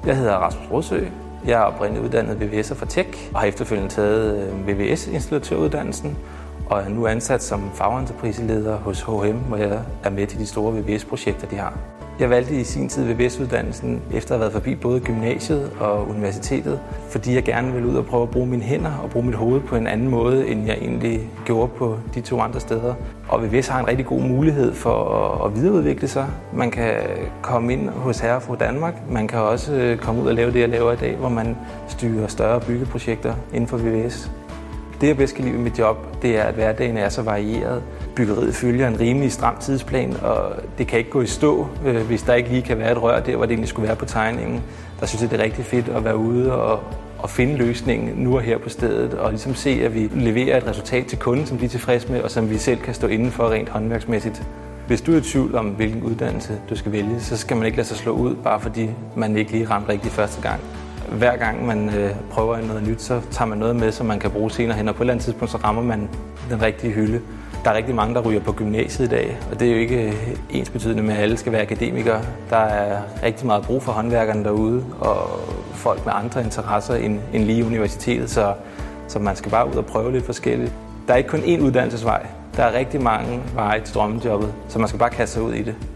Jeg hedder Rasmus Rådsø. Jeg er oprindeligt uddannet VVS'er fra Tech og har efterfølgende taget VVS-installatøruddannelsen og er nu ansat som fagentrepriseleder hos H&M, hvor jeg er med til de store VVS-projekter, de har. Jeg valgte i sin tid VVS-uddannelsen efter at have været forbi både gymnasiet og universitetet, fordi jeg gerne ville ud og prøve at bruge mine hænder og bruge mit hoved på en anden måde, end jeg egentlig gjorde på de 2 andre steder. Og VVS har en rigtig god mulighed for at videreudvikle sig. Man kan komme ind hos Herre og Fru Danmark. Man kan også komme ud og lave det, jeg laver i dag, hvor man styrer større byggeprojekter inden for VVS. Det, jeg bedst kan lide ved mit job, det er, at hverdagen er så varieret. Byggeriet følger en rimelig stram tidsplan, og det kan ikke gå i stå, hvis der ikke lige kan være et rør der, hvor det egentlig skulle være på tegningen. Der synes jeg, det er rigtig fedt at være ude og finde løsningen nu og her på stedet, og ligesom se, at vi leverer et resultat til kunden, som de er tilfredse med, og som vi selv kan stå inden for rent håndværksmæssigt. Hvis du er i tvivl om, hvilken uddannelse du skal vælge, så skal man ikke lade sig slå ud, bare fordi man ikke lige ramte rigtigt første gang. Hver gang man prøver noget nyt, så tager man noget med, som man kan bruge senere hen, og på et eller andet tidspunkt, så rammer man den rigtige hylde. Der er rigtig mange, der ryger på gymnasiet i dag, og det er jo ikke ensbetydende med, at alle skal være akademikere. Der er rigtig meget brug for håndværkerne derude, og folk med andre interesser end lige universitetet, så man skal bare ud og prøve lidt forskelligt. Der er ikke kun én uddannelsesvej. Der er rigtig mange veje til drømmejobbet, så man skal bare kaste sig ud i det.